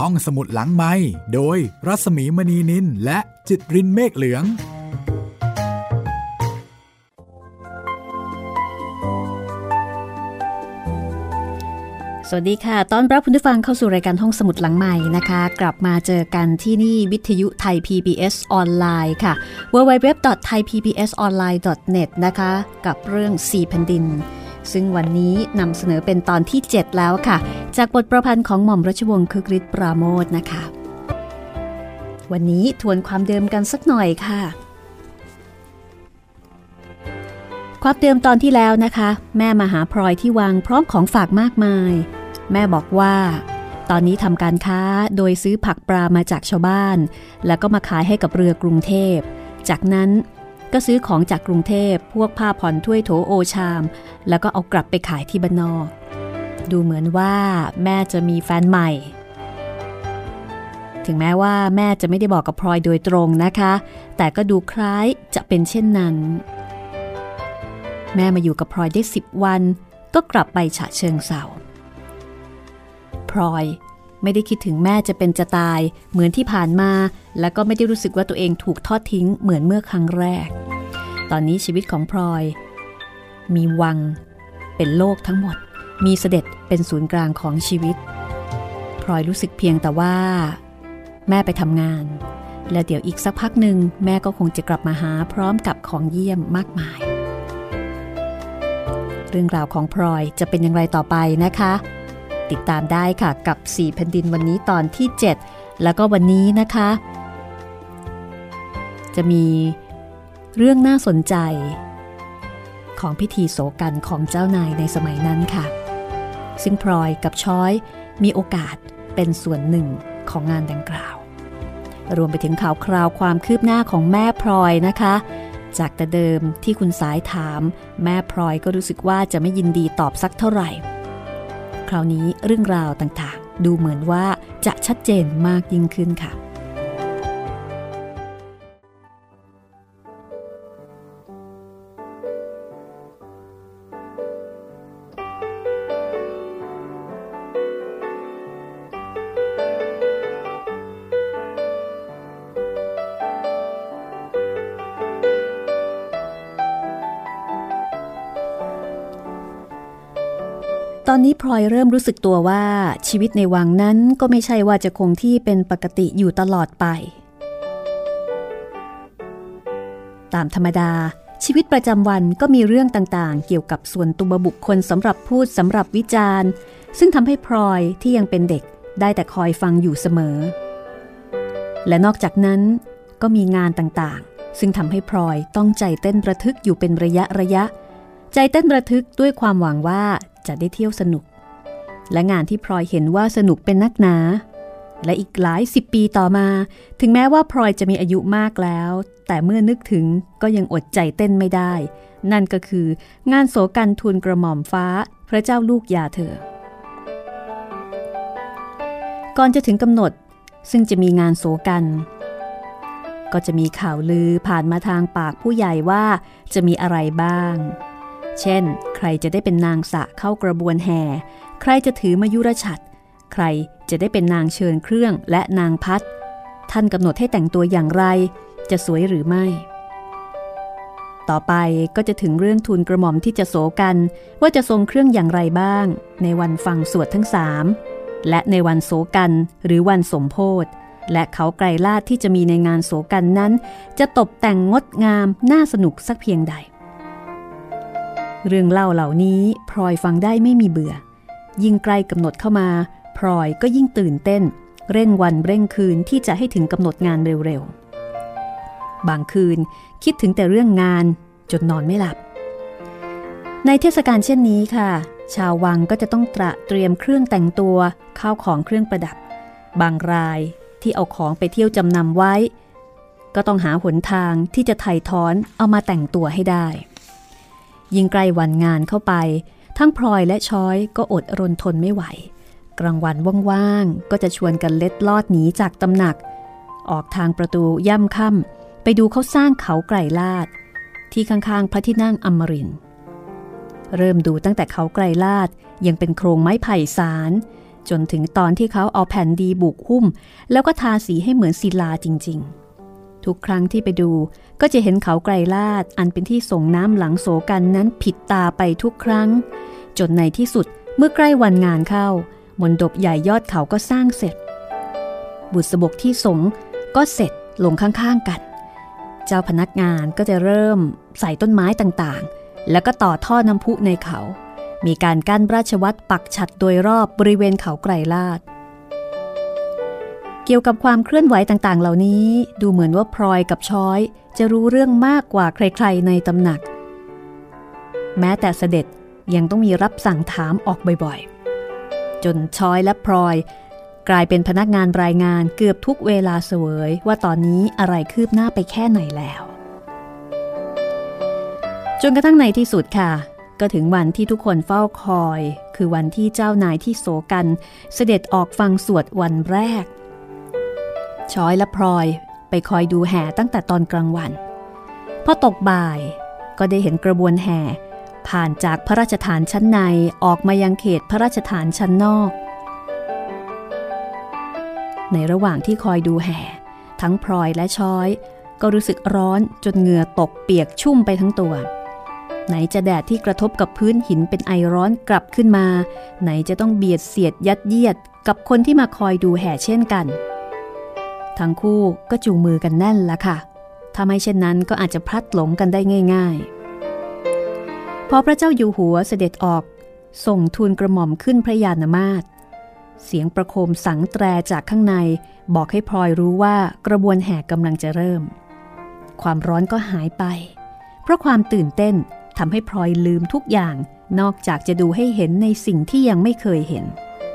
ห้องสมุดหลังไมค์โดยรัศมีมณีนินและจิตรินเมฆเหลืองสวัสดีค่ะต้อนรับคุณผู้ฟังเข้าสู่รายการห้องสมุดหลังใหม่นะคะกลับมาเจอกันที่นี่วิทยุไทย PBS ออนไลน์ค่ะ www.thaipbsonline.net นะคะกับเรื่อง4แผ่นดินซึ่งวันนี้นำเสนอเป็นตอนที่7แล้วค่ะจากบทประพันธ์ของหม่อมราชวงศ์คึกฤทธิ์ปราโมชนะคะวันนี้ทวนความเดิมกันสักหน่อยค่ะความเดิมตอนที่แล้วนะคะแม่มาหาพลอยที่วังพร้อมของฝากมากมายแม่บอกว่าตอนนี้ทำการค้าโดยซื้อผักปลามาจากชาวบ้านแล้วก็มาขายให้กับเรือกรุงเทพจากนั้นก็ซื้อของจากกรุงเทพพวกผ้าผ่อนถ้วยโถโอชามแล้วก็เอากลับไปขายที่บ้านนอกดูเหมือนว่าแม่จะมีแฟนใหม่ถึงแม้ว่าแม่จะไม่ได้บอกกับพลอยโดยตรงนะคะแต่ก็ดูคล้ายจะเป็นเช่นนั้นแม่มาอยู่กับพลอยได้10 วันก็กลับไปฉะเชิงเทราพลอยไม่ได้คิดถึงแม่จะเป็นจะตายเหมือนที่ผ่านมาแล้วก็ไม่ได้รู้สึกว่าตัวเองถูกทอดทิ้งเหมือนเมื่อครั้งแรกตอนนี้ชีวิตของพลอยมีวังเป็นโลกทั้งหมดมีเสด็จเป็นศูนย์กลางของชีวิตพลอยรู้สึกเพียงแต่ว่าแม่ไปทำงานและเดี๋ยวอีกสักพักหนึ่งแม่ก็คงจะกลับมาหาพร้อมกับของเยี่ยมมากมายเรื่องราวของพลอยจะเป็นอย่างไรต่อไปนะคะติดตามได้ค่ะกับ4แผ่นดินวันนี้ตอนที่7แล้วก็วันนี้นะคะจะมีเรื่องน่าสนใจของพิธีโศกของเจ้านายในสมัยนั้นค่ะซึ่งพลอยกับช้อยมีโอกาสเป็นส่วนหนึ่งของงานดังกล่าวรวมไปถึงข่าวคราวความคืบหน้าของแม่พลอยนะคะจากแต่เดิมที่คุณสายถามแม่พลอยก็รู้สึกว่าจะไม่ยินดีตอบสักเท่าไหร่คราวนี้เรื่องราวต่างๆดูเหมือนว่าจะชัดเจนมากยิ่งขึ้นค่ะตอนนี้พลอยเริ่มรู้สึกตัวว่าชีวิตในวังนั้นก็ไม่ใช่ว่าจะคงที่เป็นปกติอยู่ตลอดไปตามธรรมดาชีวิตประจำวันก็มีเรื่องต่างๆเกี่ยวกับส่วนตัวบุคคลสำหรับพูดสำหรับวิจารณ์ซึ่งทำให้พลอยที่ยังเป็นเด็กได้แต่คอยฟังอยู่เสมอและนอกจากนั้นก็มีงานต่างๆซึ่งทำให้พลอยต้องใจเต้นระทึกอยู่เป็นระยะใจเต้นระทึกด้วยความหวังว่าจะได้เที่ยวสนุกและงานที่พลอยเห็นว่าสนุกเป็นนักหนาและอีกหลาย10 ปีต่อมาถึงแม้ว่าพลอยจะมีอายุมากแล้วแต่เมื่อนึกถึงก็ยังอดใจเต้นไม่ได้นั่นก็คืองานโศกทูลกระหม่อมฟ้าพระเจ้าลูกยาเธอก่อนจะถึงกำหนดซึ่งจะมีงานโศกก็จะมีข่าวลือผ่านมาทางปากผู้ใหญ่ว่าจะมีอะไรบ้างเช่นใครจะได้เป็นนางสะเข้ากระบวนแห่ใครจะถือมายุรฉัตรใครจะได้เป็นนางเชิญเครื่องและนางพัดท่านกำหนดให้แต่งตัวอย่างไรจะสวยหรือไม่ต่อไปก็จะถึงเรื่องทูลกระหม่อมที่จะโศกันว่าจะทรงเครื่องอย่างไรบ้างในวันฟังสวดทั้ง3และในวันโศกันหรือวันสมโภชและเขาไกรลาศที่จะมีในงานโศกันนั้นจะตกแต่งงดงามน่าสนุกสักเพียงใดเรื่องเล่าเหล่านี้พลอยฟังได้ไม่มีเบื่อยิ่งใกล้กำหนดเข้ามาพลอยก็ยิ่งตื่นเต้นเร่งวันเร่งคืนที่จะให้ถึงกำหนดงานเร็วๆบางคืนคิดถึงแต่เรื่องงานจนนอนไม่หลับในเทศกาลเช่นนี้ค่ะชาววังก็จะต้องเตรียมเครื่องแต่งตัวข้าวของเครื่องประดับบางรายที่เอาของไปเที่ยวจำนำไว้ก็ต้องหาหนทางที่จะไถ่ถอนเอามาแต่งตัวให้ได้ยิ่งใกล้วันงานเข้าไปทั้งพลอยและช้อยก็อดรนทนไม่ไหวกลางวันว่างๆก็จะชวนกันเล็ดลอดหนีจากตำหนักออกทางประตูย่ำค่ำไปดูเขาสร้างเขาไกรลาศที่ข้างๆพระที่นั่งอมรินทร์เริ่มดูตั้งแต่เขาไกรลาศยังเป็นโครงไม้ไผ่สารจนถึงตอนที่เขาเอาแผ่นดีบุกหุ้มแล้วก็ทาสีให้เหมือนศิลาจริงๆทุกครั้งที่ไปดูก็จะเห็นเขาไกรลาดอันเป็นที่ส่งน้ำหลังโศกันนั้นผิดตาไปทุกครั้งจนในที่สุดเมื่อใกล้วันงานเข้ามณฑปใหญ่ยอดเขาก็สร้างเสร็จบุษบกที่สงก็เสร็จลงข้างๆกันเจ้าพนักงานก็จะเริ่มใส่ต้นไม้ต่างๆแล้วก็ต่อท่อน้ำพุในเขามีการกั้นราชวัตรปักฉัตรโดยรอบบริเวณเขาไกรลาดเกี่ยวกับความเคลื่อนไหวต่างๆเหล่านี้ดูเหมือนว่าพลอยกับช้อยจะรู้เรื่องมากกว่าใครๆในตำหนักแม้แต่เสด็จยังต้องมีรับสั่งถามออกบ่อยๆจนช้อยและพลอยกลายเป็นพนักงานรายงานเกือบทุกเวลาเสวยว่าตอนนี้อะไรคืบหน้าไปแค่ไหนแล้วจนกระทั่งในที่สุดค่ะก็ถึงวันที่ทุกคนเฝ้าคอยคือวันที่เจ้านายที่โศกันเสด็จออกฟังสวดวันแรกช้อยและพลอยไปคอยดูแห่ตั้งแต่ตอนกลางวันพอตกบ่ายก็ได้เห็นกระบวนแห่ผ่านจากพระราชฐานชั้นในออกมายังเขตพระราชฐานชั้นนอกในระหว่างที่คอยดูแห่ทั้งพลอยและช้อยก็รู้สึกร้อนจนเหงื่อตกเปียกชุ่มไปทั้งตัวไหนจะแดดที่กระทบกับพื้นหินเป็นไอร้อนกลับขึ้นมาไหนจะต้องเบียดเสียดยัดเยียดกับคนที่มาคอยดูแห่เช่นกันทั้งคู่ก็จูงมือกันแน่นละค่ะถ้าไม่เช่นนั้นก็อาจจะพลัดหลงกันได้ง่ายๆพอพระเจ้าอยู่หัวเสด็จออกส่งทูลกระหม่อมขึ้นพระยานมาตรเสียงประโคมสังแตรจากข้างในบอกให้พลอยรู้ว่ากระบวนแห่กำลังจะเริ่มความร้อนก็หายไปเพราะความตื่นเต้นทำให้พลอยลืมทุกอย่างนอกจากจะดูให้เห็นในสิ่งที่ยังไม่เคยเห็น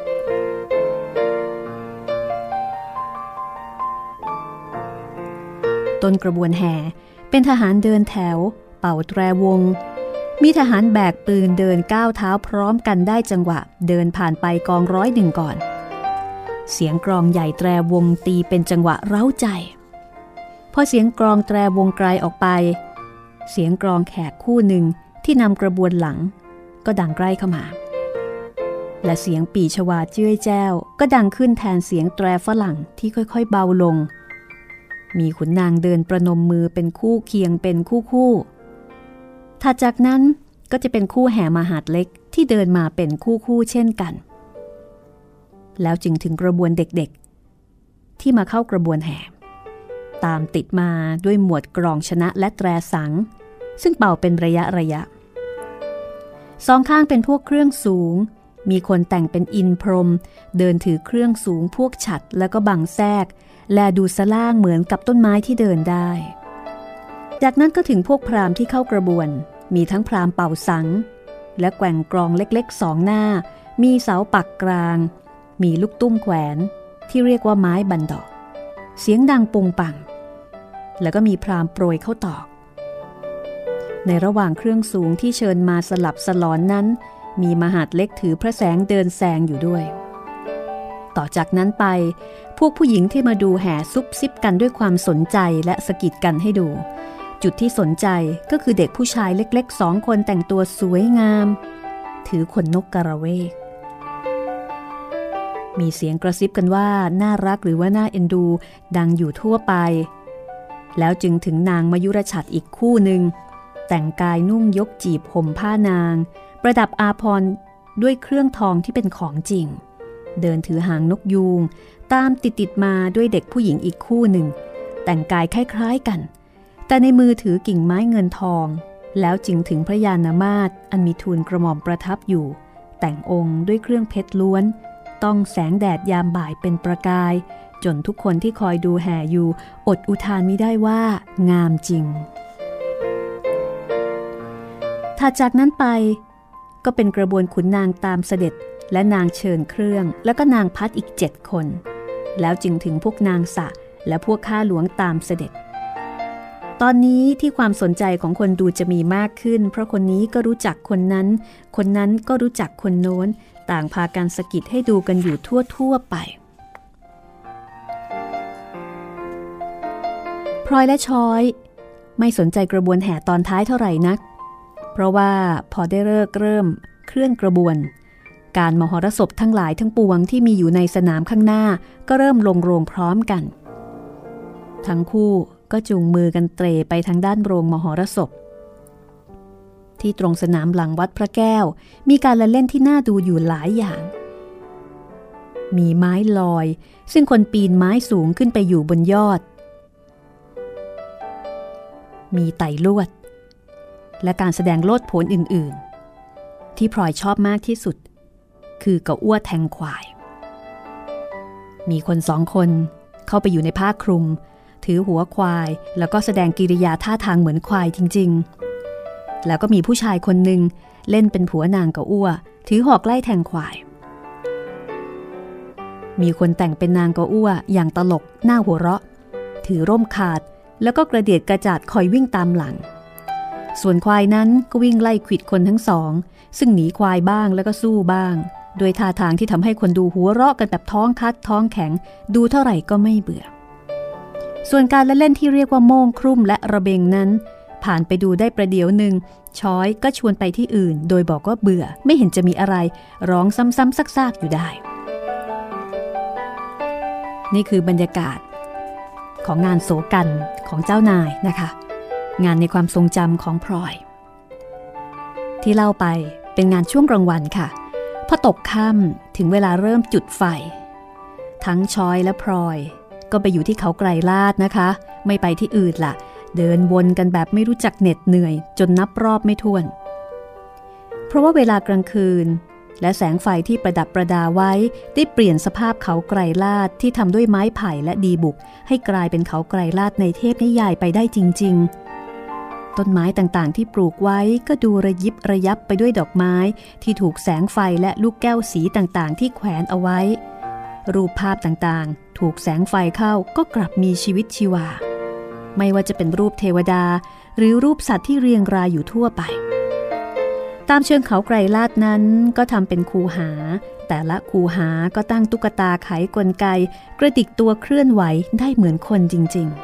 ต้นกระบวนแห่เป็นทหารเดินแถวเป่าแตรวงมีทหารแบกปืนเดินก้าวเท้าพร้อมกันได้จังหวะเดินผ่านไปกองร้อยหนึ่งก่อนเสียงกลองใหญ่แตรวงตีเป็นจังหวะเร้าใจพอเสียงกลองแตรวงไกลออกไปเสียงกลองแขกคู่หนึ่งที่นำกระบวนหลังก็ดังใกล้เข้ามาและเสียงปี่ชวาเจ้ยแจ้วก็ดังขึ้นแทนเสียงแตรฝรั่งที่ค่อยๆเบาลงมีขุนนางเดินประนมมือเป็นคู่เคียงเป็นคู่ถัดจากนั้นก็จะเป็นคู่แห่มหาดเล็กที่เดินมาเป็นคู่เช่นกันแล้วจึงถึงกระบวนเด็กๆที่มาเข้ากระบวนแห่ตามติดมาด้วยหมวดกรองชนะและแตรสังซึ่งเป่าเป็นระยะสองข้างเป็นพวกเครื่องสูงมีคนแต่งเป็นอินพรหมเดินถือเครื่องสูงพวกฉัตรแล้วก็บังแทรกและดูสล่างเหมือนกับต้นไม้ที่เดินได้จากนั้นก็ถึงพวกพราหมณ์ที่เข้ากระบวนมีทั้งพราหมณ์เป่าสังและแกว่งกลองเล็กๆสองหน้ามีเสาปักกลางมีลูกตุ้มแขวนที่เรียกว่าไม้บันดอกเสียงดังปุงปังแล้วก็มีพราหมณ์โปรยเข้าตอกในระหว่างเครื่องสูงที่เชิญมาสลับสลอนนั้นมีมหาดเล็กถือพระแสงเดินแซงอยู่ด้วยต่อจากนั้นไปพวกผู้หญิงที่มาดูแห่ซุบซิบกันด้วยความสนใจและสะกิดกันให้ดูจุดที่สนใจก็คือเด็กผู้ชายเล็กๆ2 คนแต่งตัวสวยงามถือขนนกกระเวกมีเสียงกระซิบกันว่าน่ารักหรือว่าน่าเอ็นดูดังอยู่ทั่วไปแล้วจึงถึงนางมยุรฉัตรอีกคู่หนึ่งแต่งกายนุ่งยกจีบห่มผ้านางประดับอาภรณ์ด้วยเครื่องทองที่เป็นของจริงเดินถือหางนกยูงตามติดมาด้วยเด็กผู้หญิงอีกคู่หนึ่งแต่งกายคล้ายๆกันแต่ในมือถือกิ่งไม้เงินทองแล้วจึงถึงพระยานมาตรอันมีทูลกระหม่อมประทับอยู่แต่งองค์ด้วยเครื่องเพชรล้วนต้องแสงแดดยามบ่ายเป็นประกายจนทุกคนที่คอยดูแห่อยู่อดอุทานมิได้ว่างามจริงถัดจากนั้นไปก็เป็นกระบวนขุนนางตามเสด็จและนางเชิญเครื่องแล้วก็นางพัดอีก7 คนแล้วจึงถึงพวกนางสะและพวกข้าหลวงตามเสด็จตอนนี้ที่ความสนใจของคนดูจะมีมากขึ้นเพราะคนนี้ก็รู้จักคนนั้นคนนั้นก็รู้จักคนโน้นต่างพากันสะกิดให้ดูกันอยู่ทั่วไปพลอยและช้อยไม่สนใจกระบวนแห่ตอนท้ายเท่าไหร่นักเพราะว่าพอได้เริ่มเคลื่อนกระบวนการมหรสพทั้งหลายทั้งปวงที่มีอยู่ในสนามข้างหน้าก็เริ่มลงโรงพร้อมกันทั้งคู่ก็จูงมือกันเตร่ไปทางด้านโรงมหรสพที่ตรงสนามหลังวัดพระแก้วมีการละเล่นที่น่าดูอยู่หลายอย่างมีไม้ลอยซึ่งคนปีนไม้สูงขึ้นไปอยู่บนยอดมีไต่ลวดและการแสดงโลดโผนอื่นๆที่พลอยชอบมากที่สุดคือเกาอ้วแทงควายมีคน2 คนเข้าไปอยู่ในผ้าคลุมถือหัวควายแล้วก็แสดงกิริยาท่าทางเหมือนควายจริงๆแล้วก็มีผู้ชายคนหนึ่งเล่นเป็นผัวนางเกาอ้วถือหอกไล่แทงควายมีคนแต่งเป็นนางเกาอ้วอย่างตลกหน้าหัวเราะถือร่มขาดแล้วก็กระเดียดกระจาดคอยวิ่งตามหลังส่วนควายนั้นก็วิ่งไล่ขวิดคนทั้งสองซึ่งหนีควายบ้างแล้วก็สู้บ้างโดยท่าทางที่ทำให้คนดูหัวเราะกันแบบท้องคัดท้องแข็งดูเท่าไหร่ก็ไม่เบื่อส่วนการเล่นที่เรียกว่าโม่งครุ่มและระเบงนั้นผ่านไปดูได้ประเดี๋ยวหนึ่งช้อยก็ชวนไปที่อื่นโดยบอกว่าเบื่อไม่เห็นจะมีอะไรร้องซ้ำๆซากๆอยู่ได้นี่คือบรรยากาศของงานโศกันของเจ้านายนะคะงานในความทรงจำของพลอยที่เล่าไปเป็นงานช่วงกลางวันค่ะพอตกค่ำถึงเวลาเริ่มจุดไฟทั้งช้อยและพลอยก็ไปอยู่ที่เขาไกรลาดนะคะไม่ไปที่อื่นล่ะเดินวนกันแบบไม่รู้จักเหน็ดเหนื่อยจนนับรอบไม่ถ้วนเพราะว่าเวลากลางคืนและแสงไฟที่ประดับประดาไว้ได้เปลี่ยนสภาพเขาไกรลาดที่ทำด้วยไม้ไผ่และดีบุกให้กลายเป็นเขาไกรลาดในเทพนิยายไปได้จริงๆต้นไม้ต่างๆที่ปลูกไว้ก็ดูระยิบระยับไปด้วยดอกไม้ที่ถูกแสงไฟและลูกแก้วสีต่างๆที่แขวนเอาไว้รูปภาพต่างๆถูกแสงไฟเข้าก็กลับมีชีวิตชีวาไม่ว่าจะเป็นรูปเทวดาหรือรูปสัตว์ที่เรียงรายอยู่ทั่วไปตามเชิงเขาไกรลาดนั้นก็ทำเป็นคูหาแต่ละคูหาก็ตั้งตุ๊กตาไขกลไกกระดิกตัวเคลื่อนไหวได้เหมือนคนจริง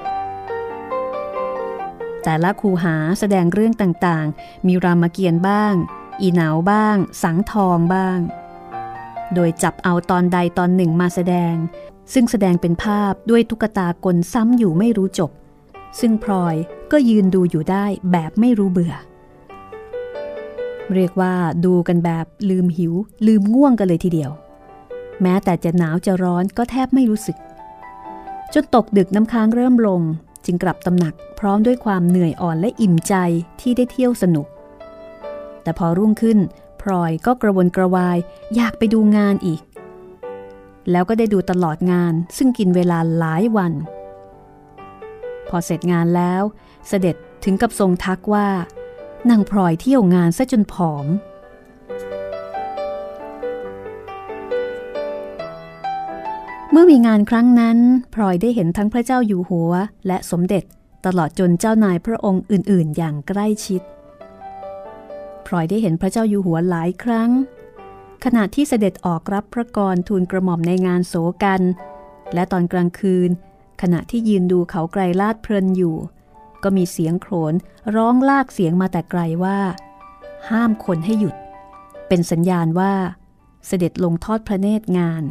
ๆแต่ละคูหาแสดงเรื่องต่างๆมีรามเกียรติ์บ้างอีเหนาบ้างสังทองบ้างโดยจับเอาตอนใดตอนหนึ่งมาแสดงซึ่งแสดงเป็นภาพด้วยตุ๊กตากลซ้ำอยู่ไม่รู้จบซึ่งพลอยก็ยืนดูอยู่ได้แบบไม่รู้เบื่อเรียกว่าดูกันแบบลืมหิวลืมง่วงกันเลยทีเดียวแม้แต่จะหนาวจะร้อนก็แทบไม่รู้สึกจนตกดึกน้ำค้างเริ่มลงจึงกลับตำหนักพร้อมด้วยความเหนื่อยอ่อนและอิ่มใจที่ได้เที่ยวสนุกแต่พอรุ่งขึ้นพลอยก็กระวนกระวายอยากไปดูงานอีกแล้วก็ได้ดูตลอดงานซึ่งกินเวลาหลายวันพอเสร็จงานแล้วเสด็จถึงกับทรงทักว่านางพลอยเที่ยวงานซะจนผอมเมื่อมีงานครั้งนั้นพลอยได้เห็นทั้งพระเจ้าอยู่หัวและสมเด็จตลอดจนเจ้านายพระองค์อื่นๆอย่างใกล้ชิดพลอยได้เห็นพระเจ้าอยู่หัวหลายครั้งขณะที่เสด็จออกรับพระกรทูลกระหม่อมในงานโศกันและตอนกลางคืนขณะที่ยืนดูเขาไกรลาดเพลินอยู่ก็มีเสียงโขนร้องลากเสียงมาแต่ไกลว่าห้ามคนให้หยุดเป็นสัญญาณว่าเสด็จลงทอดพระเนตรงาน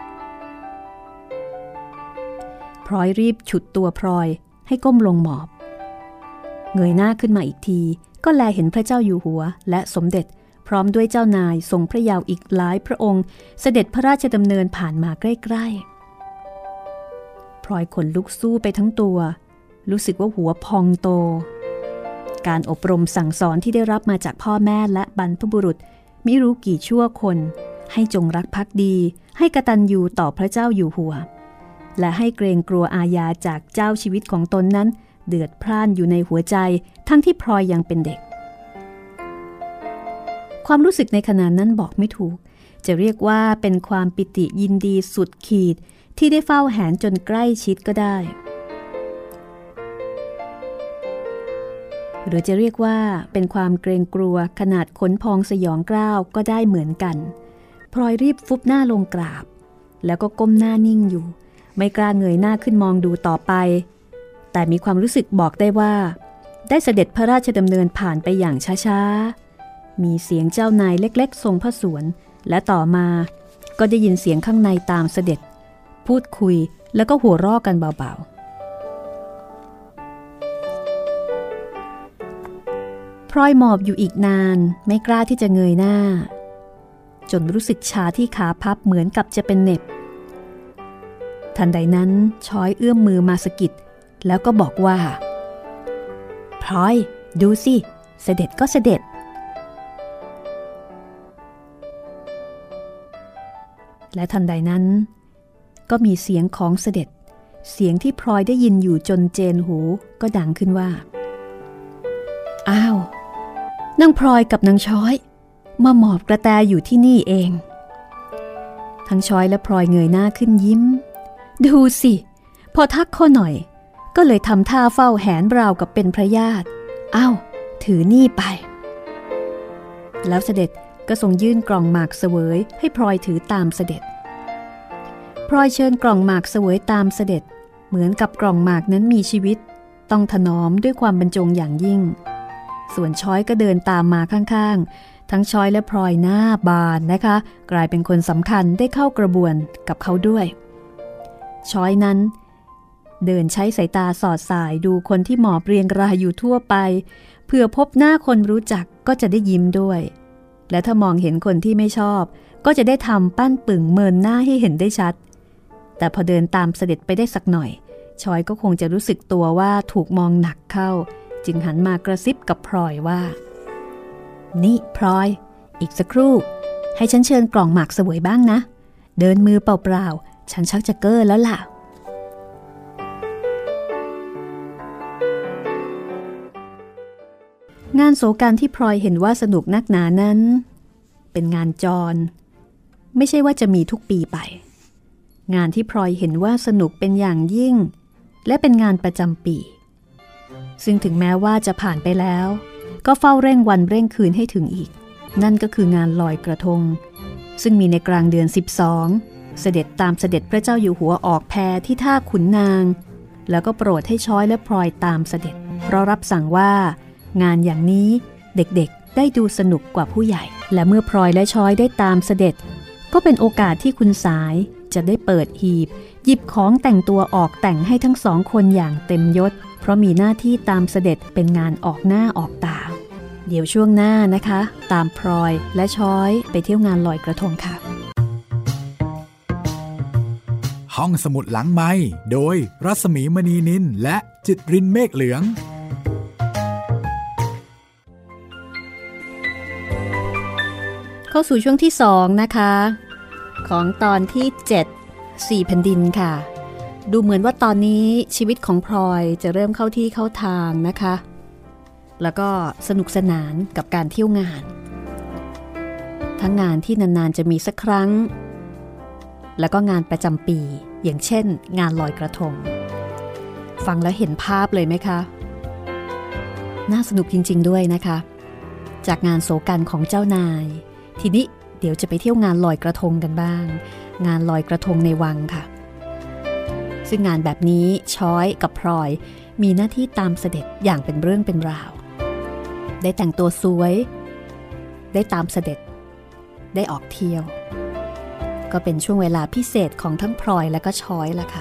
พลอยรีบฉุดตัวพลอยให้ก้มลงหมอบเงยหน้าขึ้นมาอีกทีก็แลเห็นพระเจ้าอยู่หัวและสมเด็จพร้อมด้วยเจ้านายทรงพระเยาว์อีกหลายพระองค์เสด็จพระราชดำเนินผ่านมาใกล้ๆพลอยขนลุกสู้ไปทั้งตัวรู้สึกว่าหัวพองโตการอบรมสั่งสอนที่ได้รับมาจากพ่อแม่และบรรพบุรุษมิรู้กี่ชั่วคนให้จงรักภักดีให้กตัญญูต่อพระเจ้าอยู่หัวและให้เกรงกลัวอาญาจากเจ้าชีวิตของตนนั้นเดือดพล่านอยู่ในหัวใจทั้งที่พลอยยังเป็นเด็กความรู้สึกในขณะนั้นบอกไม่ถูกจะเรียกว่าเป็นความปิติยินดีสุดขีดที่ได้เฝ้าแหนจนใกล้ชิดก็ได้หรือจะเรียกว่าเป็นความเกรงกลัวขนาดขนพองสยองกล้าวก็ได้เหมือนกันพลอยรีบฟุบหน้าลงกราบแล้วก็ก้มหน้านิ่งอยู่ไม่กล้าเงยหน้าขึ้นมองดูต่อไปแต่มีความรู้สึกบอกได้ว่าได้เสด็จพระราชดำเนินผ่านไปอย่างช้าๆมีเสียงเจ้านายเล็กๆทรงพระสวนและต่อมาก็ได้ยินเสียงข้างในตามเสด็จพูดคุยแล้วก็หัวเราะกันเบาๆพลอยหมอบอยู่อีกนานไม่กล้าที่จะเงยหน้าจนรู้สึกชาที่ขาพับเหมือนกับจะเป็นเหน็บทันใดนั้นช้อยเอื้อมมือมาสะกิดแล้วก็บอกว่าพลอยดูสิเสด็จก็เสด็จและทันใดนั้นก็มีเสียงของเสด็จเสียงที่พลอยได้ยินอยู่จนเจนหูก็ดังขึ้นว่าอ้าวนางพลอยกับนางช้อยมาหมอบกระแตอยู่ที่นี่เองทั้งช้อยและพลอยเงยหน้าขึ้นยิ้มดูสิพอทักเขาหน่อยก็เลยทำท่าเฝ้าแหนราวกับเป็นพระญาติอ้าวถือนี่ไปแล้วเสด็จก็ทรงยื่นกล่องหมากเสวยให้พลอยถือตามเสด็จพลอยเชิญกล่องหมากเสวยตามเสด็จเหมือนกับกล่องหมากนั้นมีชีวิตต้องถนอมด้วยความบรรจงอย่างยิ่งส่วนช้อยก็เดินตามมาข้างๆทั้งช้อยและพลอยหน้าบานนะคะกลายเป็นคนสำคัญได้เข้ากระบวนกับเขาด้วยช้อยนั้นเดินใช้สายตาสอดสายดูคนที่หมอบเรียงรายอยู่ทั่วไปเพื่อพบหน้าคนรู้จักก็จะได้ยิ้มด้วยและถ้ามองเห็นคนที่ไม่ชอบก็จะได้ทำปั้นปึ่งเมินหน้าให้เห็นได้ชัดแต่พอเดินตามเสด็จไปได้สักหน่อยช้อยก็คงจะรู้สึกตัวว่าถูกมองหนักเข้าจึงหันมากระซิบกับพลอยว่านี่พลอยอีกสักครู่ให้ฉันเชิญกล่องหมากเสวยบ้างนะเดินมือเปล่าๆฉันชักจะเก้อแล้วล่ะงานโศกาลที่พลอยเห็นว่าสนุกนักหนานั้นเป็นงานจรไม่ใช่ว่าจะมีทุกปีไปงานที่พลอยเห็นว่าสนุกเป็นอย่างยิ่งและเป็นงานประจำปีซึ่งถึงแม้ว่าจะผ่านไปแล้วก็เฝ้าเร่งวันเร่งคืนให้ถึงอีกนั่นก็คืองานลอยกระทงซึ่งมีในกลางเดือน12เสด็จตามเสด็จพระเจ้าอยู่หัวออกแพที่ท่าขุนนางแล้วก็โปรดให้ช้อยและพลอยตามเสด็จเพราะรับสั่งว่างานอย่างนี้เด็กๆได้ดูสนุกกว่าผู้ใหญ่และเมื่อพลอยและช้อยได้ตามเสด็จก็เป็นโอกาสที่คุณสายจะได้เปิดหีบหยิบของแต่งตัวออกแต่งให้ทั้งสองคนอย่างเต็มยศเพราะมีหน้าที่ตามเสด็จเป็นงานออกหน้าออกตาเดี๋ยวช่วงหน้านะคะตามพลอยและช้อยไปเที่ยวงานลอยกระทงค่ะห้องสมุดหลังไมค์โดยรัศมีมณีนินและจิตรินเมฆเหลืองเข้าสู่ช่วงที่2นะคะของตอนที่7 4 แผ่นดินค่ะดูเหมือนว่าตอนนี้ชีวิตของพลอยจะเริ่มเข้าที่เข้าทางนะคะแล้วก็สนุกสนานกับการเที่ยวงานทั้งงานที่นานๆจะมีสักครั้งแล้วก็งานประจำปีอย่างเช่นงานลอยกระทงฟังแล้วเห็นภาพเลยไหมคะน่าสนุกจริงๆด้วยนะคะจากงานโศกาลของเจ้านายทีนี้เดี๋ยวจะไปเที่ยวงานลอยกระทงกันบ้างงานลอยกระทงในวังค่ะซึ่งงานแบบนี้ช้อยกับพลอยมีหน้าที่ตามเสด็จอย่างเป็นเรื่องเป็นราวได้แต่งตัวสวยได้ตามเสด็จได้ออกเที่ยวก็เป็นช่วงเวลาพิเศษของทั้งพลอยและก็ช้อยล่ะค่ะ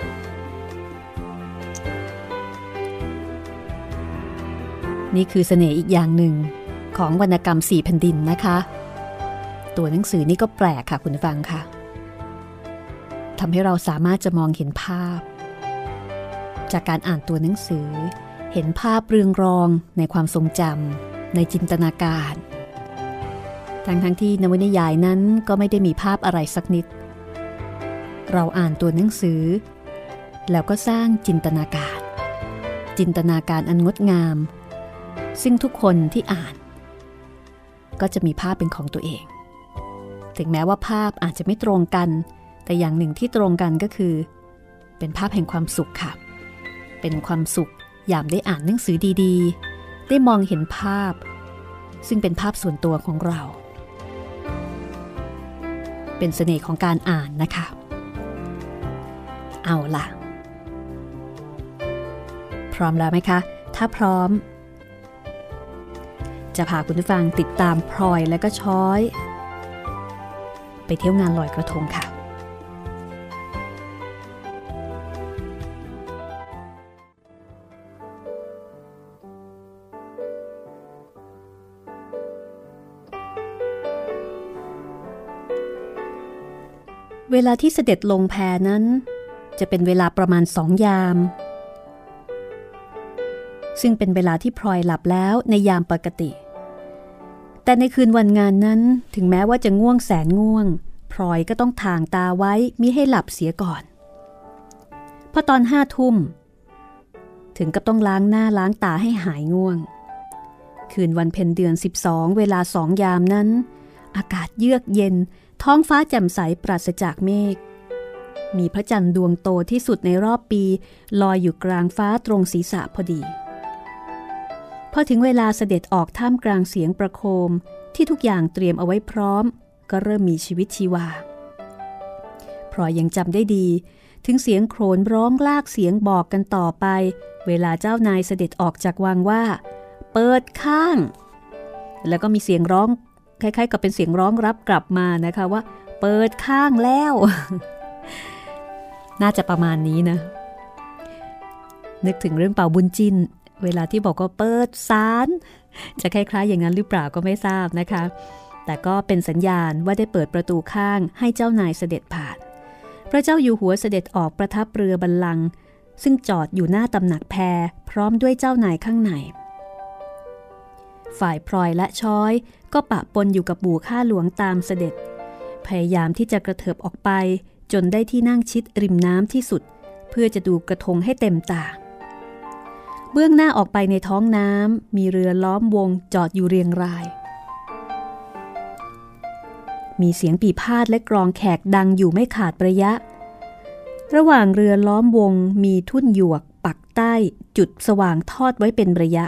นี่คือเสน่ห์อีกอย่างหนึ่งของวรรณกรรม4 แผ่นดินนะคะตัวหนังสือนี่ก็แปลกค่ะคุณฟังค่ะทำให้เราสามารถจะมองเห็นภาพจากการอ่านตัวหนังสือเห็นภาพเรืองรองในความทรงจำในจินตนาการทั้งที่นวนิยายนั้นก็ไม่ได้มีภาพอะไรสักนิดเราอ่านตัวหนังสือแล้วก็สร้างจินตนาการอันงดงามซึ่งทุกคนที่อ่านก็จะมีภาพเป็นของตัวเองถึงแม้ว่าภาพอาจจะไม่ตรงกันแต่อย่างหนึ่งที่ตรงกันก็คือเป็นภาพแห่งความสุขค่ะเป็นความสุขยามได้อ่านหนังสือดีๆได้มองเห็นภาพซึ่งเป็นภาพส่วนตัวของเราเป็นเสน่ห์ของการอ่านนะคะเอาล่ะพร้อมแล้วไหมคะถ้าพร้อมจะพาคุณผู้ฟังติดตามพลอยและก็ช้อยไปเที่ยวงานลอยกระทงค่ะเวลาที่เสด็จลงแพนั้นจะเป็นเวลาประมาณ2 ยามซึ่งเป็นเวลาที่พลอยหลับแล้วในยามปกติแต่ในคืนวันงานนั้นถึงแม้ว่าจะง่วงแสนง่วงพลอยก็ต้องถ่างตาไว้มิให้หลับเสียก่อนพอตอน5 ทุ่มถึงกับต้องล้างหน้าล้างตาให้หายง่วงคืนวันเพ็ญเดือน12เวลา2 ยามนั้นอากาศเยือกเย็นท้องฟ้าแจ่มใสปราศจากเมฆมีพระจันทร์ดวงโตที่สุดในรอบปีลอยอยู่กลางฟ้าตรงศีรษะพอดีพอถึงเวลาเสด็จออกท่ามกลางเสียงประโคมที่ทุกอย่างเตรียมเอาไว้พร้อมก็เริ่มมีชีวิตชีวาพลอยยังจำได้ดีถึงเสียงโขนร้องลากเสียงบอกกันต่อไปเวลาเจ้านายเสด็จออกจากวังว่าเปิดข้างแล้วก็มีเสียงร้องคล้ายๆกับเป็นเสียงร้องรับกลับมานะคะว่าเปิดข้างแล้ว น่าจะประมาณนี้นะนึกถึงเรื่องเป่าบุญจิ้นเวลาที่บอกว่าเปิดศาลจะคล้ายๆอย่างนั้นหรือเปล่าก็ไม่ทราบนะคะแต่ก็เป็นสัญญาณว่าได้เปิดประตูข้างให้เจ้านายเสด็จผ่านพระเจ้าอยู่หัวเสด็จออกประทับเรือบัลลังก์ซึ่งจอดอยู่หน้าตำหนักแพพร้อมด้วยเจ้านายข้างในฝ่ายพลอยและช้อยก็ปะปนอยู่กับบู่ข้าหลวงตามเสด็จพยายามที่จะกระเถิบออกไปจนได้ที่นั่งชิดริมน้ำที่สุดเพื่อจะดูกระทงให้เต็มตาเบื้องหน้าออกไปในท้องน้ำมีเรือล้อมวงจอดอยู่เรียงรายมีเสียงปีพาทย์และกลองแขกดังอยู่ไม่ขาดระยะระหว่างเรือล้อมวงมีทุ่นหยวกปักใต้จุดสว่างทอดไว้เป็นระยะ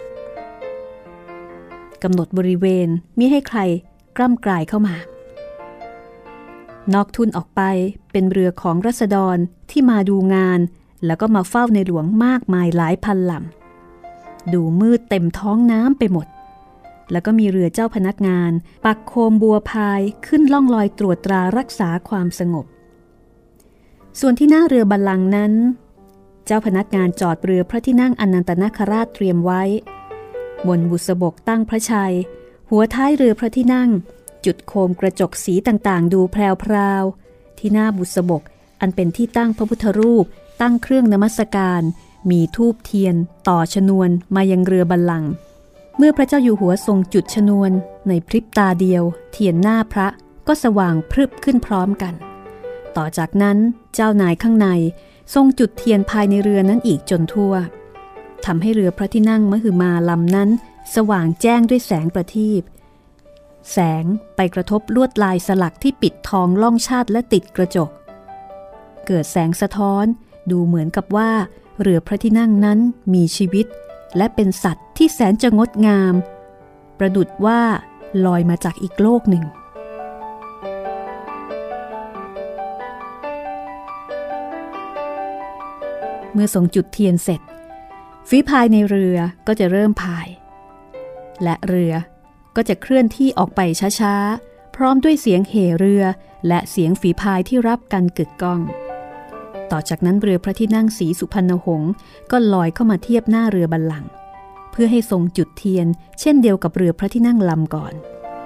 กำหนดบริเวณมิให้ใครกล้ำกลายเข้ามานอกทุ่นออกไปเป็นเรือของราษฎรที่มาดูงานแล้วก็มาเฝ้าในหลวงมากมายหลายพันลำดูมืดเต็มท้องน้ำไปหมดแล้วก็มีเรือเจ้าพนักงานปักโคมบัวพายขึ้นล่องลอยตรวจตรารักษาความสงบส่วนที่หน้าเรือบัลลังก์นั้นเจ้าพนักงานจอดเรือพระที่นั่งอนันตนาคราชเตรียมไว้บนบุษบกตั้งพระชัยหัวท้ายเรือพระที่นั่งจุดโคมกระจกสีต่างๆดูแพรวๆที่หน้าบุษบกอันเป็นที่ตั้งพระพุทธรูปตั้งเครื่องนมัสการมีธูปเทียนต่อชนวนมายังเรือบัลลังก์เมื่อพระเจ้าอยู่หัวทรงจุดชนวนในพริบตาเดียวเทียนหน้าพระก็สว่างพรึบขึ้นพร้อมกันต่อจากนั้นเจ้านายข้างในทรงจุดเทียนภายในเรือนั้นอีกจนทั่วทำให้เรือพระที่นั่งมหึมาลำนั้นสว่างแจ้งด้วยแสงประทีปแสงไปกระทบลวดลายสลักที่ปิดทองล่องชาติและติดกระจกเกิดแสงสะท้อนดูเหมือนกับว่าเรือพระที่นั่งนั้นมีชีวิตและเป็นสัตว์ที่แสนจะงดงามประดุจว่าลอยมาจากอีกโลกหนึ่งเมื่อทรงจุดเทียนเสร็จฝีพายในเรือก็จะเริ่มพายและเรือก็จะเคลื่อนที่ออกไปช้าๆพร้อมด้วยเสียงเห่เรือและเสียงฝีพายที่รับกันกึกก้องต่อจากนั้นเรือพระที่นั่งสีสุพรรณหงส์ก็ลอยเข้ามาเทียบหน้าเรือบัลลังก์เพื่อให้ทรงจุดเทียนเช่นเดียวกับเรือพระที่นั่งลำก่อน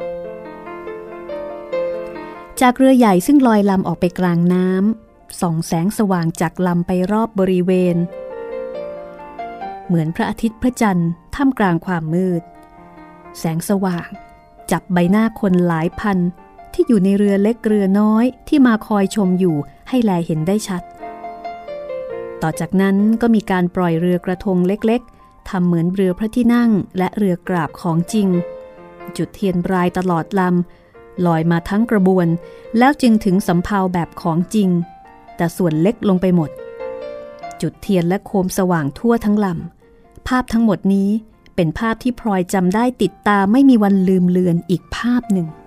จากเรือใหญ่ซึ่งลอยลำออกไปกลางน้ำส่องแสงสว่างจากลำไปรอบบริเวณเหมือนพระอาทิตย์พระจันทร์ท่ามกลางความมืดแสงสว่างจับใบหน้าคนหลายพันที่อยู่ในเรือเล็กเรือน้อยที่มาคอยชมอยู่ให้แลเห็นได้ชัดต่อจากนั้นก็มีการปล่อยเรือกระทงเล็กๆทำเหมือนเรือพระที่นั่งและเรือกราบของจริงจุดเทียนรายตลอดลำลอยมาทั้งกระบวนแล้วจึงถึงสำเภาแบบของจริงแต่ส่วนเล็กลงไปหมดจุดเทียนและโคมสว่างทั่วทั้งลำภาพทั้งหมดนี้เป็นภาพที่พลอยจำได้ติดตาไม่มีวันลืมเลือนอีกภาพหนึ่ง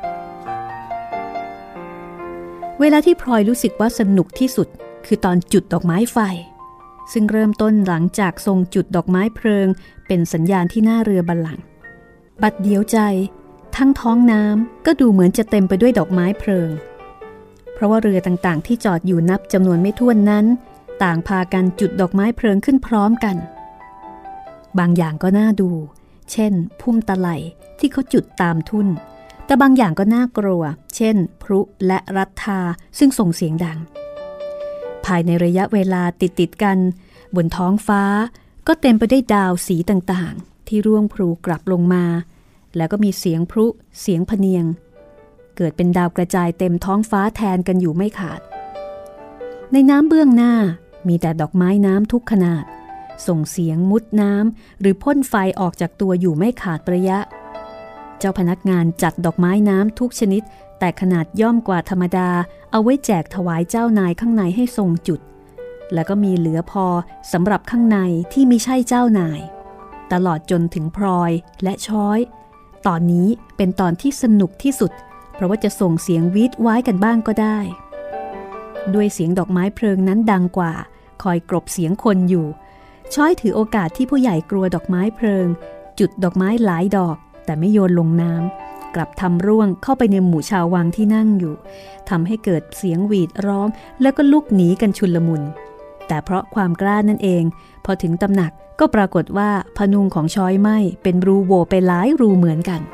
เวลาที่พลอยรู้สึกว่าสนุกที่สุดคือตอนจุดดอกไม้ไฟซึ่งเริ่มต้นหลังจากทรงจุดดอกไม้เพลิงเป็นสัญญาณที่หน้าเรือบัลลังก์บัดเดียวใจททั้งท้องน้ำก็ดูเหมือนจะเต็มไปด้วยดอกไม้เพลิงเพราะว่าเรือต่างๆที่จอดอยู่นับจำนวนไม่ถ้วนนั้นต่างพากันจุดดอกไม้เพลิงขึ้นพร้อมกันบางอย่างก็น่าดูเช่นพุ่มตะไลที่เขาจุดตามทุ่นแต่บางอย่างก็น่ากลัวเช่นพลุและรัตทาซึ่งส่งเสียงดังภายในระยะเวลาติดกันบนท้องฟ้าก็เต็มไปด้วยดาวสีต่างๆที่ร่วงพลูกลับลงมาแล้วก็มีเสียงพลุเสียงพะเนียงเกิดเป็นดาวกระจายเต็มท้องฟ้าแทนกันอยู่ไม่ขาดในน้ำเบื้องหน้ามีแต่ดอกไม้น้ำทุกขนาดส่งเสียงมุดน้ำหรือพ่นไฟออกจากตัวอยู่ไม่ขาดระยะเจ้าพนักงานจัดดอกไม้น้ำทุกชนิดแต่ขนาดย่อมกว่าธรรมดาเอาไว้แจกถวายเจ้านายข้างในให้ทรงจุดแล้วก็มีเหลือพอสำหรับข้างในที่มิใช่เจ้านายตลอดจนถึงพลอยและช้อยตอนนี้เป็นตอนที่สนุกที่สุดเพราะว่าจะส่งเสียงวีดว้ายกันบ้างก็ได้ด้วยเสียงดอกไม้เพลิงนั้นดังกว่าคอยกลบเสียงคนอยู่ช้อยถือโอกาสที่ผู้ใหญ่กลัวดอกไม้เพลิงจุดดอกไม้หลายดอกแต่ไม่โยนลงน้ำกลับทำร่วงเข้าไปในหมู่ชาววังที่นั่งอยู่ทำให้เกิดเสียงหวีดร้องแล้วก็ลุกหนีกันชุลมุนแต่เพราะความกล้านั่นเองพอถึงตำหนักก็ปรากฏว่าพนุงของช้อยไหม้เป็นรูโหว่ไปหลายรูเหมือนกัน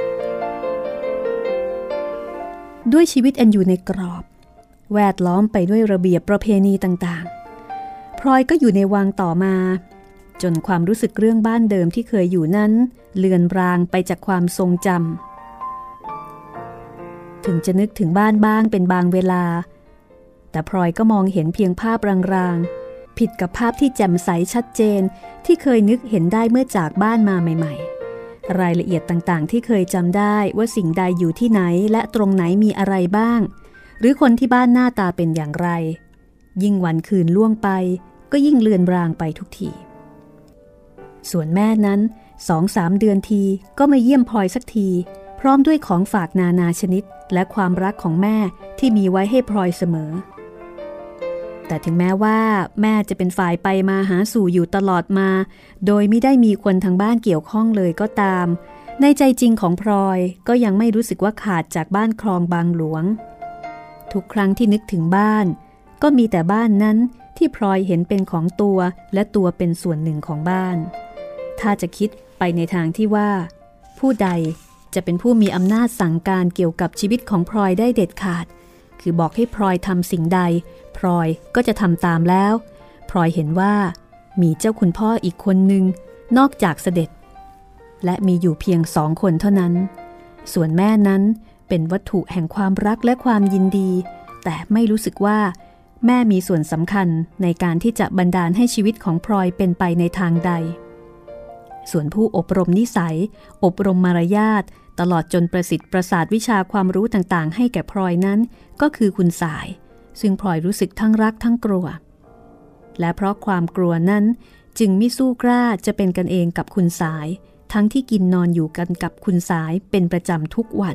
ด้วยชีวิตอันอยู่ในกรอบแวดล้อมไปด้วยระเบียบประเพณีต่างๆพลอยก็อยู่ในวังต่อมาจนความรู้สึกเรื่องบ้านเดิมที่เคยอยู่นั้นเลือนรางไปจากความทรงจำถึงจะนึกถึงบ้านบ้างเป็นบางเวลาแต่พลอยก็มองเห็นเพียงภาพรางๆผิดกับภาพที่แจ่มใสชัดเจนที่เคยนึกเห็นได้เมื่อจากบ้านมาใหม่ๆรายละเอียดต่างๆที่เคยจำได้ว่าสิ่งใดอยู่ที่ไหนและตรงไหนมีอะไรบ้างหรือคนที่บ้านหน้าตาเป็นอย่างไรยิ่งวันคืนล่วงไปก็ยิ่งเลือนรางไปทุกทีส่วนแม่นั้น 2-3 เดือนทีก็มาเยี่ยมพลอยสักทีพร้อมด้วยของฝากนานาชนิดและความรักของแม่ที่มีไว้ให้พลอยเสมอแต่ถึงแม้ว่าแม่จะเป็นฝ่ายไปมาหาสู่อยู่ตลอดมาโดยไม่ได้มีคนทางบ้านเกี่ยวข้องเลยก็ตามในใจจริงของพลอยก็ยังไม่รู้สึกว่าขาดจากบ้านคลองบางหลวงทุกครั้งที่นึกถึงบ้านก็มีแต่บ้านนั้นที่พลอยเห็นเป็นของตัวและตัวเป็นส่วนหนึ่งของบ้านถ้าจะคิดไปในทางที่ว่าผู้ใดจะเป็นผู้มีอำนาจสั่งการเกี่ยวกับชีวิตของพลอยได้เด็ดขาดคือบอกให้พลอยทำสิ่งใดพลอยก็จะทำตามแล้วพลอยเห็นว่ามีเจ้าคุณพ่ออีกคนนึงนอกจากเสด็จและมีอยู่เพียง2 คนเท่านั้นส่วนแม่นั้นเป็นวัตถุแห่งความรักและความยินดีแต่ไม่รู้สึกว่าแม่มีส่วนสำคัญในการที่จะบันดาลให้ชีวิตของพลอยเป็นไปในทางใดส่วนผู้อบรมนิสัยอบรมมารยาทตลอดจนประสิทธิ์ประสาทวิชาความรู้ต่างๆให้แก่พลอยนั้นก็คือคุณสายซึ่งพลอยรู้สึกทั้งรักทั้งกลัวและเพราะความกลัวนั้นจึงไม่สู้กล้าจะเป็นกันเองกับคุณสายทั้งที่กินนอนอยู่กันกับคุณสายเป็นประจำทุกวัน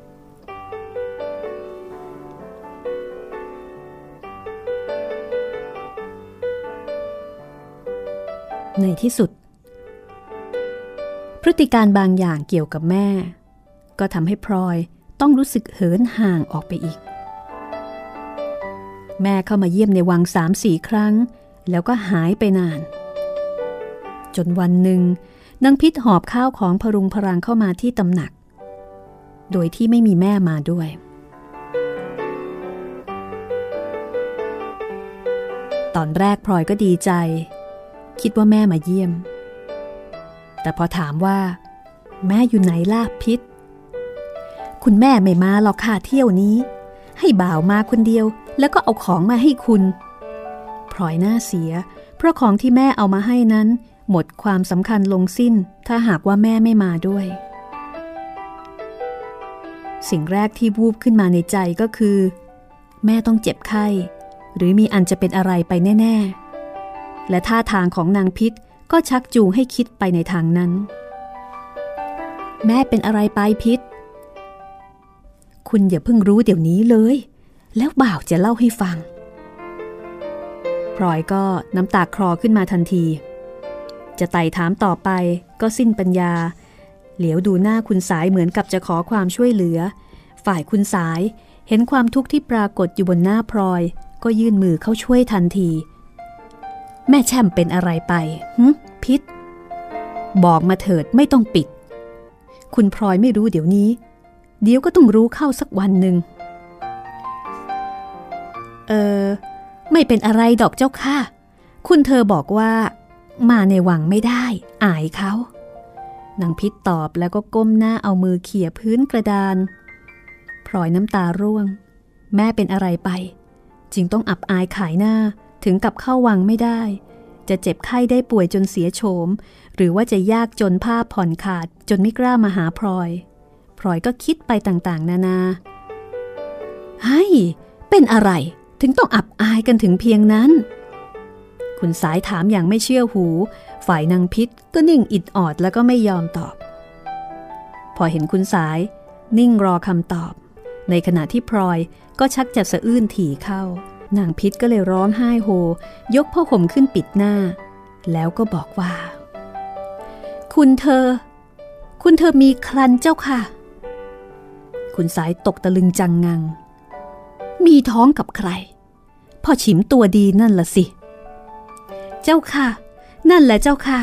ในที่สุดพฤติการบางอย่างเกี่ยวกับแม่ก็ทำให้พลอยต้องรู้สึกเหินห่างออกไปอีกแม่เข้ามาเยี่ยมในวัง 3-4 ครั้งแล้วก็หายไปนานจนวันหนึ่งนางพิษหอบข้าวของพรุงพรังเข้ามาที่ตำหนักโดยที่ไม่มีแม่มาด้วยตอนแรกพลอยก็ดีใจคิดว่าแม่มาเยี่ยมแต่พอถามว่าแม่อยู่ไหนล่ะพิษคุณแม่ไม่มาหรอกค่ะเที่ยวนี้ให้บ่าวมาคนเดียวแล้วก็เอาของมาให้คุณพลอยหน้าเสียเพราะของที่แม่เอามาให้นั้นหมดความสำคัญลงสิ้นถ้าหากว่าแม่ไม่มาด้วยสิ่งแรกที่วูบขึ้นมาในใจก็คือแม่ต้องเจ็บไข้หรือมีอันจะเป็นอะไรไปแน่ๆและท่าทางของนางพิษก็ชักจูงให้คิดไปในทางนั้นแม่เป็นอะไรไปพิษคุณอย่าเพิ่งรู้เดี๋ยวนี้เลยแล้วบ่าวจะเล่าให้ฟังพลอยก็น้ำตาคลอขึ้นมาทันทีจะไต่ถามต่อไปก็สิ้นปัญญาเหลียวดูหน้าคุณสายเหมือนกับจะขอความช่วยเหลือฝ่ายคุณสายเห็นความทุกข์ที่ปรากฏอยู่บนหน้าพลอยก็ยื่นมือเข้าช่วยทันทีแม่แช่มเป็นอะไรไปพิษบอกมาเถิดไม่ต้องปิดคุณพลอยไม่รู้เดี๋ยวนี้เดี๋ยวก็ต้องรู้เข้าสักวันหนึ่งไม่เป็นอะไรดอกเจ้าค่ะคุณเธอบอกว่ามาในวังไม่ได้อายเขานางพิษตอบแล้วก็ก้มหน้าเอามือเขี่ยพื้นกระดานพลอยน้ำตาร่วงแม่เป็นอะไรไปจึงต้องอับอายขายหน้าถึงกับเข้าวังไม่ได้จะเจ็บไข้ได้ป่วยจนเสียโฉมหรือว่าจะยากจนผ้าผ่อนขาดจนไม่กล้ามาหาพลอยก็คิดไปต่างๆนานาเฮ้ยเป็นอะไรถึงต้องอับอายกันถึงเพียงนั้นคุณสายถามอย่างไม่เชื่อหูฝ่ายนางพิษก็นิ่งอิดออดแล้วก็ไม่ยอมตอบพอเห็นคุณสายนิ่งรอคำตอบในขณะที่พลอยก็ชักจะสะอื้นถี่เข้านางพิษก็เลยร้องไห้โฮยกผ้าห่มขึ้นปิดหน้าแล้วก็บอกว่าคุณเธอมีครรภ์เจ้าค่ะคุณสายตกตะลึงจังงังมีท้องกับใครพ่อฉิมตัวดีนั่นล่ะสิเจ้าค่ะนั่นแหละเจ้าค่ะ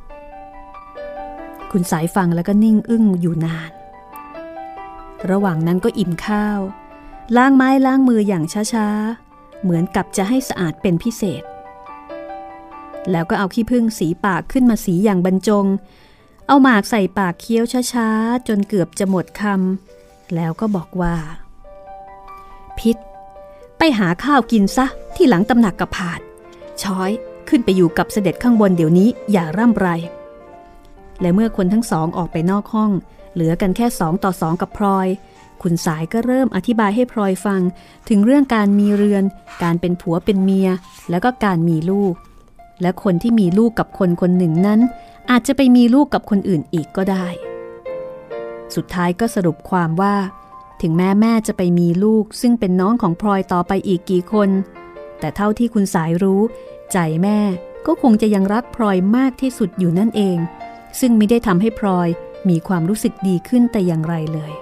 คุณสายฟังแล้วก็นิ่งอึ้งอยู่นานระหว่างนั้นก็อิ่มข้าวล้างไม้ล้างมืออย่างช้าๆเหมือนกับจะให้สะอาดเป็นพิเศษแล้วก็เอาขี้ผึ้งสีปากขึ้นมาสีอย่างบรรจงเอาหมากใส่ปากเคี้ยวช้าๆจนเกือบจะหมดคำแล้วก็บอกว่าพิษไปหาข้าวกินซะที่หลังตำหนักกระผาดช้อยขึ้นไปอยู่กับเสด็จข้างบนเดี๋ยวนี้อย่าร่ำไรและเมื่อคนทั้งสองออกไปนอกห้องเหลือกันแค่2 ต่อ 2กับพลอยคุณสายก็เริ่มอธิบายให้พลอยฟังถึงเรื่องการมีเรือนการเป็นผัวเป็นเมียแล้วก็การมีลูกและคนที่มีลูกกับคนคนหนึ่งนั้นอาจจะไปมีลูกกับคนอื่นอีกก็ได้สุดท้ายก็สรุปความว่าถึงแม่จะไปมีลูกซึ่งเป็นน้องของพลอยต่อไปอีกกี่คนแต่เท่าที่คุณสายรู้ใจแม่ก็คงจะยังรักพลอยมากที่สุดอยู่นั่นเองซึ่งไม่ได้ทำให้พลอยมีความรู้สึกดีขึ้นแต่อย่างไรเลย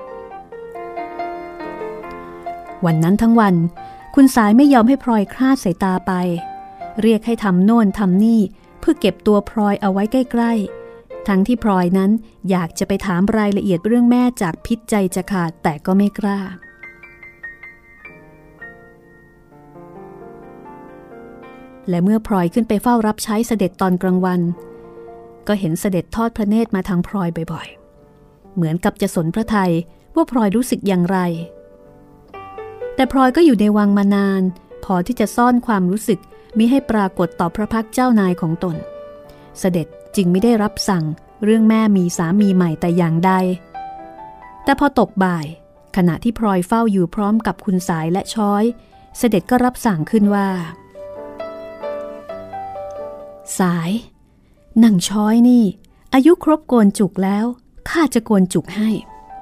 วันนั้นทั้งวันคุณสายไม่ยอมให้พลอยคลาดสายตาไปเรียกให้ทำโน่นทำนี่เพื่อเก็บตัวพลอยเอาไว้ใกล้ๆทั้งที่พลอยนั้นอยากจะไปถามรายละเอียดเรื่องแม่จากพิษใจจะขาดแต่ก็ไม่กล้าและเมื่อพลอยขึ้นไปเฝ้ารับใช้เสด็จตอนกลางวันก็เห็นเสด็จทอดพระเนตรมาทางพลอยบ่อยๆเหมือนกับจะสนพระทัยว่าพลอยรู้สึกอย่างไรแต่พลอยก็อยู่ในวังมานานพอที่จะซ่อนความรู้สึกมิให้ปรากฏต่อพระพักเจ้านายของตนเสด็จจึงไม่ได้รับสั่งเรื่องแม่มีสามีใหม่แต่อย่างใดแต่พอตกบ่ายขณะที่พลอยเฝ้าอยู่พร้อมกับคุณสายและช้อยเสด็จก็รับสั่งขึ้นว่าสายนางช้อยนี่อายุครบโกนจุกแล้วข้าจะโกนจุกให้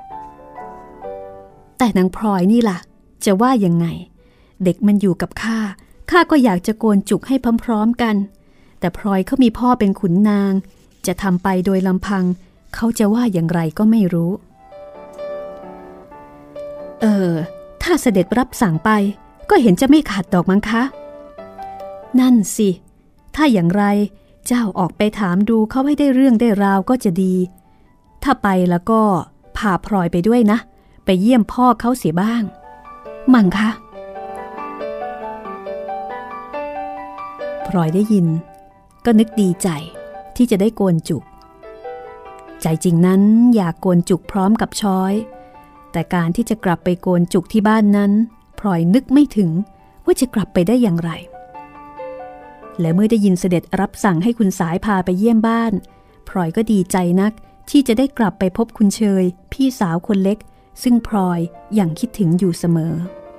แต่นางพลอยนี่ล่ะจะว่ายังไงเด็กมันอยู่กับข้าก็อยากจะโกนจุกให้พร้อมๆกันแต่พลอยเขามีพ่อเป็นขุนนางจะทำไปโดยลำพังเขาจะว่าอย่างไรก็ไม่รู้ถ้าเสด็จรับสั่งไปก็เห็นจะไม่ขาดดอกมั้งคะนั่นสิถ้าอย่างไรเจ้าออกไปถามดูเขาให้ได้เรื่องได้ราวก็จะดีถ้าไปแล้วก็พาพลอยไปด้วยนะไปเยี่ยมพ่อเขาเสียบ้างมั่งคะพลอยได้ยินก็นึกดีใจที่จะได้โกนจุกใจจริงนั้นอยากโกนจุกพร้อมกับช้อยแต่การที่จะกลับไปโกนจุกที่บ้านนั้นพลอยนึกไม่ถึงว่าจะกลับไปได้อย่างไรและเมื่อได้ยินเสด็จรับสั่งให้คุณสายพาไปเยี่ยมบ้านพลอยก็ดีใจนักที่จะได้กลับไปพบคุณเชยพี่สาวคนเล็กซึ่งพลอยยังคิดถึงอยู่เสมอ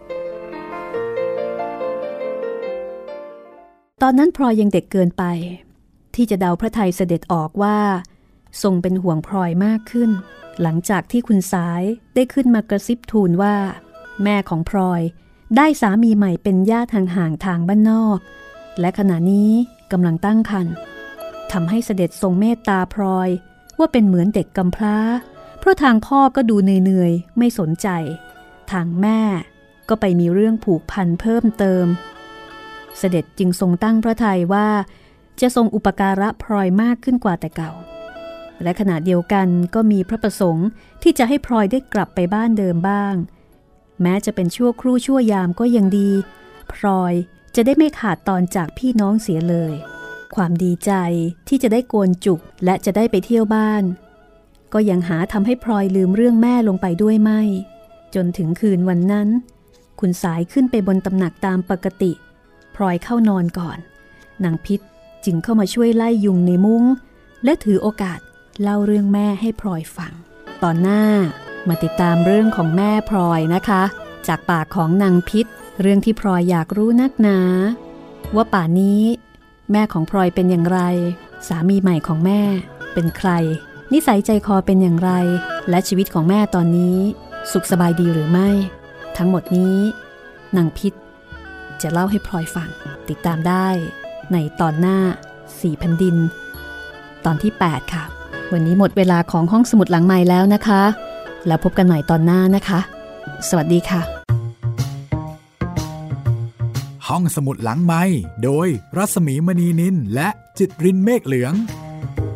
ตอนนั้นพลอยยังเด็กเกินไปที่จะเดาพระทัยเสด็จออกว่าทรงเป็นห่วงพลอยมากขึ้นหลังจากที่คุณสายได้ขึ้นมากระซิบทูลว่าแม่ของพลอยได้สามีใหม่เป็นญาติห่างๆทางบ้านนอกและขณะนี้กำลังตั้งครรภ์ทำให้เสด็จทรงเมตตาพลอยว่าเป็นเหมือนเด็กกำพร้าเพราะทางพ่อก็ดูเหนื่อยๆไม่สนใจทางแม่ก็ไปมีเรื่องผูกพันเพิ่มเติมเสด็จจึงทรงตั้งพระทัยว่าจะทรงอุปการะพลอยมากขึ้นกว่าแต่เก่าและขณะเดียวกันก็มีพระประสงค์ที่จะให้พลอยได้กลับไปบ้านเดิมบ้างแม้จะเป็นชั่วครู่ชั่วยามก็ยังดีพลอยจะได้ไม่ขาดตอนจากพี่น้องเสียเลยความดีใจที่จะได้โกนจุกและจะได้ไปเที่ยวบ้านก็ยังหาทำให้พลอยลืมเรื่องแม่ลงไปด้วยไม่จนถึงคืนวันนั้นคุณสายขึ้นไปบนตำหนักตามปกติพลอยเข้านอนก่อนนางพิษจึงเข้ามาช่วยไล่ยุงในมุ้งและถือโอกาสเล่าเรื่องแม่ให้พลอยฟังตอนหน้ามาติดตามเรื่องของแม่พลอยนะคะจากปากของนางพิษเรื่องที่พลอยอยากรู้นักหนาว่าป่านนี้แม่ของพลอยเป็นอย่างไรสามีใหม่ของแม่เป็นใครนิสัยใจคอเป็นอย่างไรและชีวิตของแม่ตอนนี้สุขสบายดีหรือไม่ทั้งหมดนี้นางพิษจะเล่าให้พลอยฟังติดตามได้ในตอนหน้า4 แผ่นดินตอนที่8ค่ะวันนี้หมดเวลาของห้องสมุดหลังไมค์แล้วนะคะแล้วพบกันใหม่ตอนหน้านะคะสวัสดีค่ะห้องสมุดหลังไมค์โดยรัศมีมณีนินและจิตรินเมฆเหลือง